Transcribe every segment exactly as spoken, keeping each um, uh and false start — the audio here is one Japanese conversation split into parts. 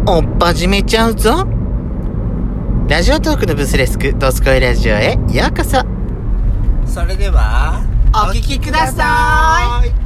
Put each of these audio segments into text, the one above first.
おっ始めちゃうぞ。ラジオトークのブスレスクドスコイラジオへようこそ。 それではお聞きください。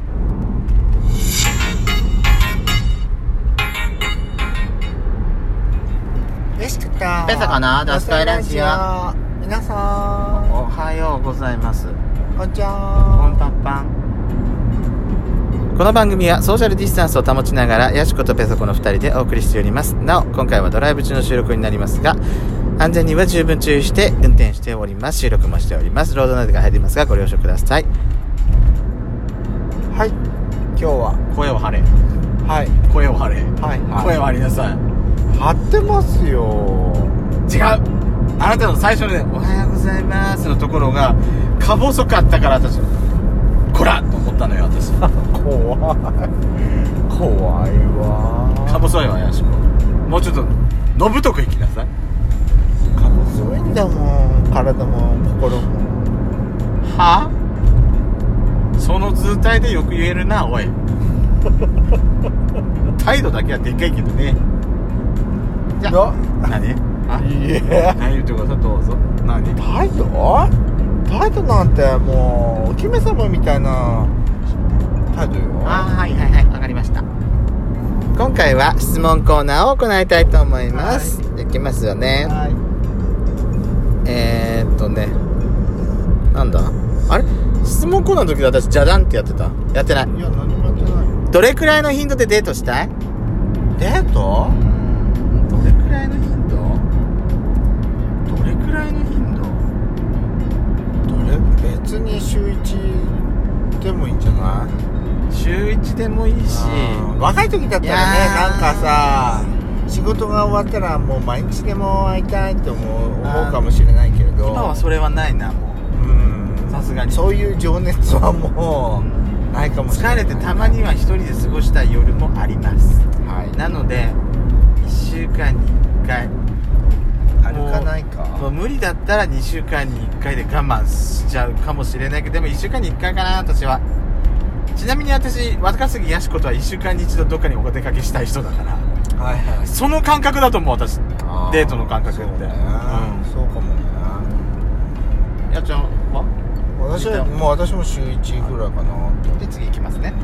よしくとペソコのドスコイラジオ。 皆さんおはようございます。 こんにちこは。 んぱんぱん。この番組はソーシャルディスタンスを保ちながらヤシコとペソコのふたりでお送りしております。なお今回はドライブ中の収録になりますが、安全には十分注意して運転しております。収録もしております。ロードなどが入りますがご了承ください。 はい、今日は声を張れ、 はい声を張れ、 はいはい声を張りなさい。 張ってますよ。 違う、あなたの最初のねおはようございますのところがか細かったから私こらと思ったのよ。私怖い怖いわ。 か細いわヤシコ。もうちょっとのぶとくいきなさい。 か細いんだもん、体も心も。 はぁ、その図体でよく言えるなおい。態度だけはでっかいけどね。じゃあ何あいえ何言ってください、どうぞ。何態度態度なんてもうお姫様みたいな態度よ。 あーはいはいはい、わかりました。今回は質問コーナーを行いたいと思います。いきますよね。 はいえーっとねなんだあれ、質問コーナーの時私ジャダンってやってた？やってない。 いや何もやってない。 どれくらいの頻度でデートしたい？ デートどれくらいの頻度どれくらいの頻度どれ別に週一でもいいんじゃない？ 週いちでもいいし、 若い時だったらね、 いやーなんかさ仕事が終わったらもう毎日でも会いたいって思う思うかもしれないけれど、 今はそれはないな。もうんさすがにそういう情熱はもうないかもしれない。 疲れてたまには一人で過ごしたい夜もあります。 はいなのでいっしゅうかんにいっかい、 歩かないか。 もう無理だったらにしゅうかんにいっかいで我慢しちゃうかもしれないけど、でもいっしゅうかんにいっかいかな私は。ちなみに私若杉やしことはいっしゅうかんに一度どっかにお出かけしたい人だから、 はいはい。 その感覚だと思う私。 あデートの感覚って。 そうね、 うんそうかもね。 やっちゃんは？ 私はもう私も週一ぐらいかなって。 で次いきますね。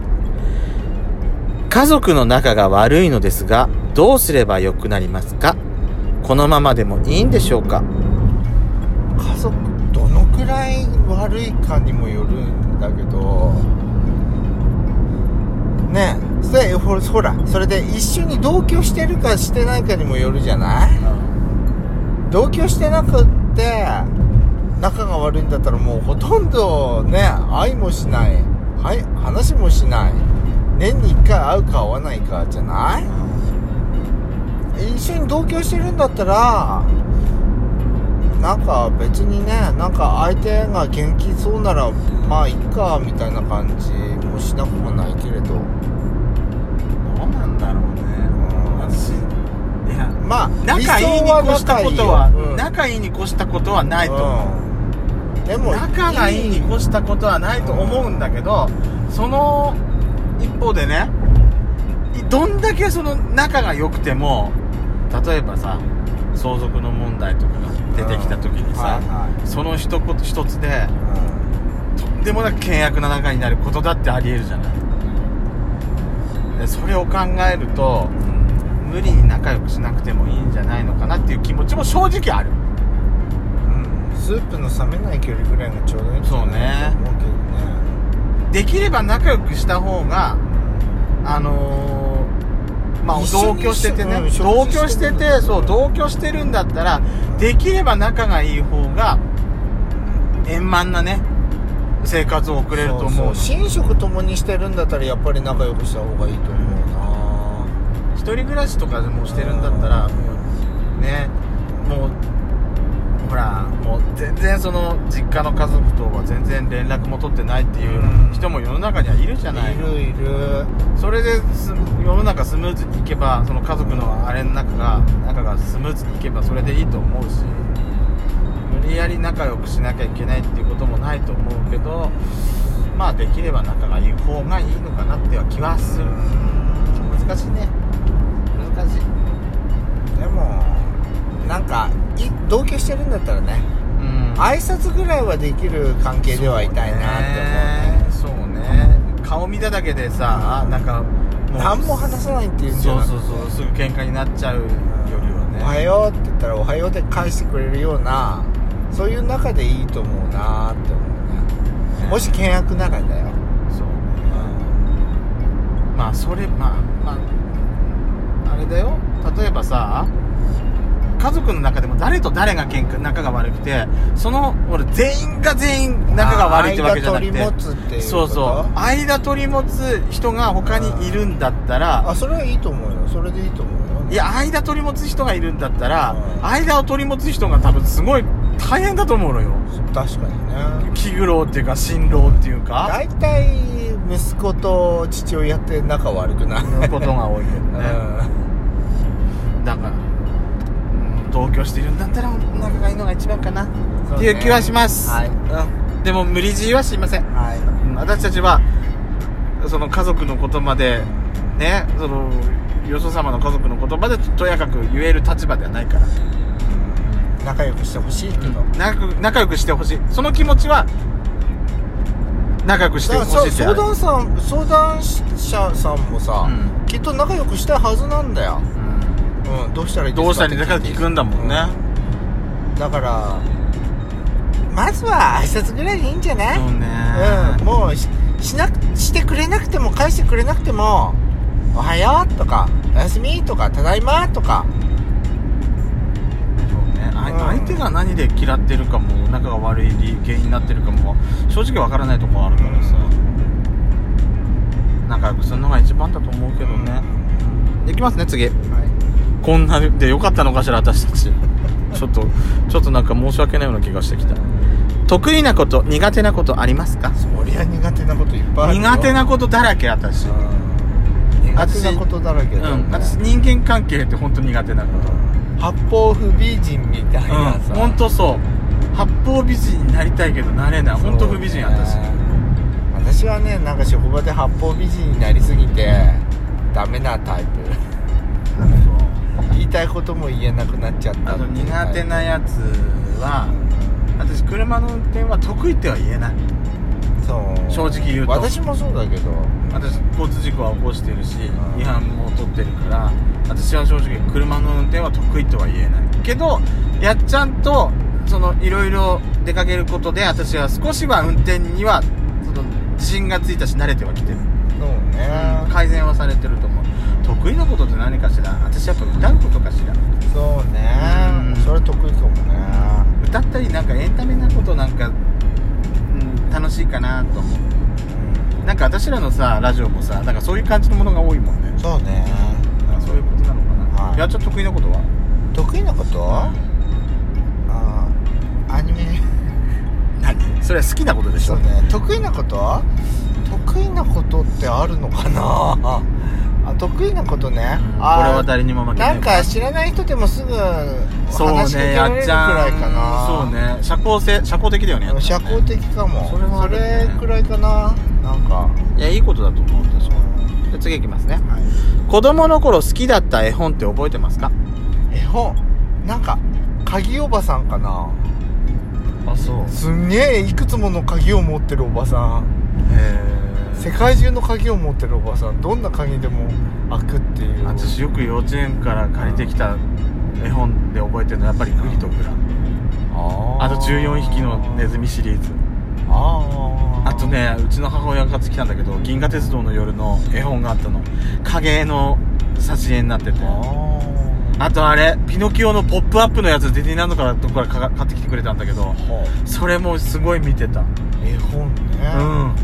家族の仲が悪いのですがどうすれば良くなりますか？このままでもいいんでしょうか？ 家族どのくらい悪いかにもよるんだけどねえ、それほほらそれで一緒に同居してるかしてないかにもよるじゃない？同居してなくって仲が悪いんだったらもうほとんどね愛もしない、はい、話もしない、年にいっかい会うか会わないかじゃない？一緒に同居してるんだったらなんか別にね、なんか相手が元気そうならまあいっかみたいな感じもしなくもないけれど、 どうなんだろうね。私いやまあ仲いいに越したことは、 うん、 仲いいに越したことはないと思う、 うん、でも仲がいいに越したことはないと思うんだけど、その一方でね、どんだけその仲が良くても例えばさ相続の問題とかが出てきた時にさ、 うんはいはい、 その一言一つで、うん、とんでもなく険悪な仲になることだってありえるじゃない。でそれを考えると、うん、無理に仲良くしなくてもいいんじゃないのかなっていう気持ちも正直ある、 うん、スープの冷めない距離ぐらいがちょうどいいんじゃないと思うけどね。 できれば仲良くした方があのー、まあ同居しててね、うん、同居してて、そう同居してるんだったらできれば仲がいい方が円満なね生活を送れると思う。 そうそう、寝食ともにしてるんだったらやっぱり仲良くした方がいいと思うな。 一人暮らしとかでもしてるんだったらもうね、もうほらもう全然その実家の家族とは全然連絡も取ってないっていう人も世の中にはいるじゃない。 いるいる。 それで世の中スムーズにいけば、その家族のあれの中が中がスムーズにいけばそれでいいと思うし、無理やり仲良くしなきゃいけないっていうこともないと思うけど、まあできれば仲がいい方がいいのかなっては気はする。難しいね、難しい。 同居してるんだったらね、 うん、 挨拶ぐらいはできる関係ではいたいなってそうね、そうね、顔見ただけでさ、うん、なんかもう何も話さないっていうんじゃなくて、 そうそうそう、すぐ喧嘩になっちゃうよりはね、 おはようって言ったらおはようで返してくれるような、そういう中でいいと思うなって思うね、もし険悪ならだよ。 そうね、うん、まあそれまあまああれだよ、例えばさ、家族の中でも誰と誰が喧嘩仲が悪くて、その俺全員が全員仲が悪いってわけじゃなくて、 間取り持つっていうこと。 そうそう、間取り持つ人が他にいるんだったら、 あ、それはいいと思うよ、それでいいと思うよ。 いや、間取り持つ人がいるんだったら、間を取り持つ人が多分すごい大変だと思うのよ。 確かにね、 気苦労っていうか辛労っていうか、 大体息子と父親って仲悪くなることが多いけどね、うん、だから同居してるんだったら仲がいいのが一番かな、ね、っていう気はします、はい、うん、でも無理強いはしません、はい、うん、私たちはその家族のことまでね、そのよそ様の家族の言葉でとやかく言える立場ではないから、 仲良くしてほしいけど、うん、 仲, 仲良くしてほしい、その気持ちは仲良くしてほしいって。 相談さん相談者さんもさ、うん、きっと仲良くしたいはずなんだよ、うんうん、どうしたらいいですか、 どうしたらいいですかって聞くんだもんね、 うん、だからまずは挨拶ぐらいでいいんじゃない？ そうね、 うん、もう し, し, なしてくれなくても返してくれなくてもおはようとかおやすみとかただいまとか、 うん、相手が何で嫌ってるかも仲が悪い原因になってるかも正直わからないところあるからさ、仲良くするのが一番だと思うけどね、うん、いきますね次、はい、こんなでよかったのかしら私たちちょっとちょっとなんか申し訳ないような気がしてきた。得意なこと苦手なことありますか？ そりゃ苦手なこといっぱいあるよ。 苦手なことだらけ私、 苦手なことだらけだよね、 うん、私人間関係って本当苦手なこと、 八方不美人みたいなさ、 うん、本当そう、八方美人になりたいけどなれない、本当不美人私。 私はね、なんか職場で八方美人になりすぎてダメなタイプ言いたいことも言えなくなっちゃった。 あと苦手なやつは、私車の運転は得意っては言えない。そう正直言うと私もそうだけど、 私交通事故は起こしてるし、うん、違反も取ってるから、私は正直車の運転は得意とは言えないけど、やっちゃんとそのいろいろ出かけることで私は少しは運転にはその自信がついたし慣れてはきてる。 そうね、 うん、改善はされてると思う。得意なことって何かしら？私やっぱ歌うことかしら。 そうね、うん、それ得意かもね。 歌ったりなんかエンタメなことなんか、うん、楽しいかなと思う、うん、なんか私らのさラジオもさなんかそういう感じのものが多いもんね。 そうね、 なんかそういうことなのかな、はい、やっちゃ得意なことは得意なこと、うん、あアニメ何それは好きなことでしょ。 そうね、得意なこと得意なことってあるのかなあ、得意なことね、 うん、あこれは誰にも負けない。 なんか知らない人でもすぐ話しかけられるくらいかな。 そうね、社交性社交的だよね。やっね社交的かも。それは、ね、それくらいかな。なんかいやいいことだと思う私は。じゃ次いきますね、はい、子供の頃好きだった絵本って覚えてますか？ 絵本なんか鍵おばさんかな。 あ、そう。 すんげえいくつもの鍵を持ってるおばさん。 へー。 世界中の鍵を持ってるおばさん、どんな鍵でも開くっていう。 私よく幼稚園から借りてきた絵本で覚えてるのはやっぱりグリとグラ、あ, あとじゅうよんひきのネズミシリーズ、ああとね、うちの母親が買ってきたんだけど銀河鉄道の夜の絵本があったの。影の挿絵になってて、 あ, あとあれピノキオのポップアップのやつディズニーランドからどこから買ってきてくれたんだけど、はあ、それもすごい見てた。 絵本ね、うん、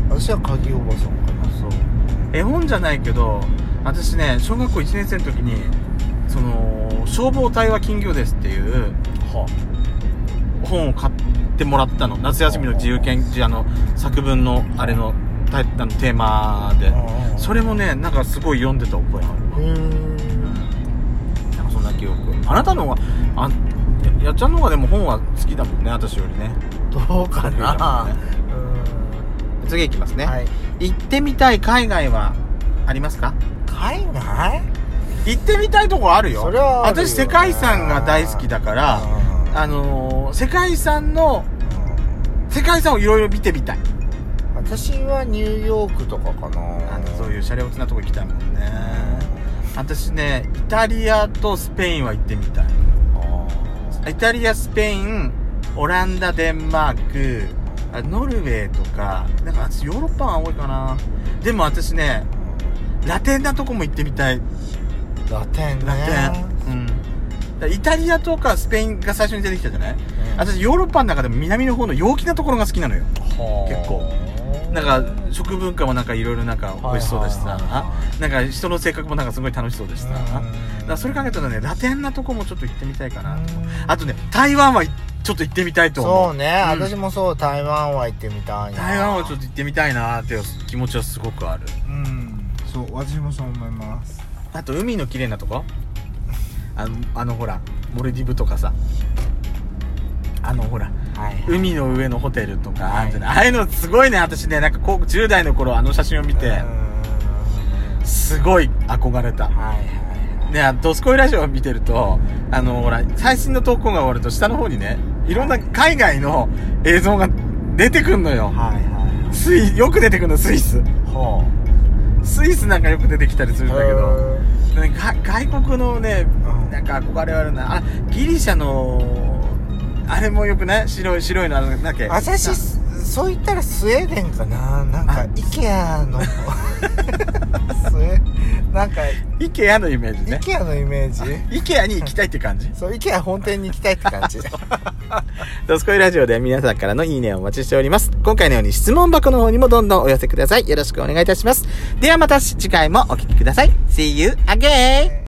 私は鍵おばさんかな。 そう絵本じゃないけど、私ね小学校いちねん生の時にその消防隊は金魚ですっていう、はあ、本を買ってもらったの。夏休みの自由研究、あの作文のあれのタイあのテーマで、それもねなんかすごい読んでた覚えある。へー、なんかそんな記憶。あなたの方があや, やっちゃんの方がでも本は好きだもんね、私よりね。 どうかな、ね、 うん。次いきますね、はい、行ってみたい海外はありますか？ 海外行ってみたいとこあるよ。 それはあるよ。 私世界遺産が大好きだから、 あのー、世界遺産の世界遺産をいろいろ見てみたい。 私はニューヨークとかかな。 あのそういうシャレオツなとこ行きたいもんね。私ね、イタリアとスペインは行ってみたい。イタリア、スペイン、オランダ、デンマーク、ノルウェーとか、なんか私ヨーロッパが多いかな。でも私ね、ラテンなとこも行ってみたい。 ラテンね。 ラテン。うん。イタリアとかスペインが最初に出てきたじゃない、うん、私ヨーロッパの中でも南の方の陽気なところが好きなのよ。結構。なんか食文化もなんかいろいろなんか美味しそうだしさ、なんか人の性格もなんかすごい楽しそうでしさ、だからそれ考えたらね、ラテンなとこもちょっと行ってみたいかなと。あとね、台湾はちょっと行ってみたいと思う。 そうね、うん、私もそう、台湾は行ってみたいな。 台湾はちょっと行ってみたいなっていう気持ちはすごくある。 うん、そう、私もそう思います。 あと海の綺麗なとこ、あのあのほらモルディブとかさ、あのほら、はいはい、海の上のホテルとか、はい、ああいうのすごいね。私ね、なんかこうじゅう代の頃あの写真を見てすごい憧れた。はいはいはい、ね、ドスコイラジオを見てると、あのほら最新の投稿が終わると下の方にね、いろんな海外の映像が出てくんのよ。はいはい、スイよく出てくるの、スイス。はあ、スイスなんかよく出てきたりするんだけど、ね、外国のね、なんか憧れはあるな。あ、ギリシャのあれもよくない？白い白いのあのなんだっけ？ 私そう言ったらスウェーデンかな。なんかイケアのスウェなんかイケアのイメージね。 イケアのイメージ。 イケアに行きたいって感じ。 そう、イケア本店に行きたいって感じ。 ドスコイラジオで皆さんからのいいねをお待ちしております。今回のように質問箱の方にもどんどんお寄せください。よろしくお願いいたします。ではまた次回もお聞きください。See you again!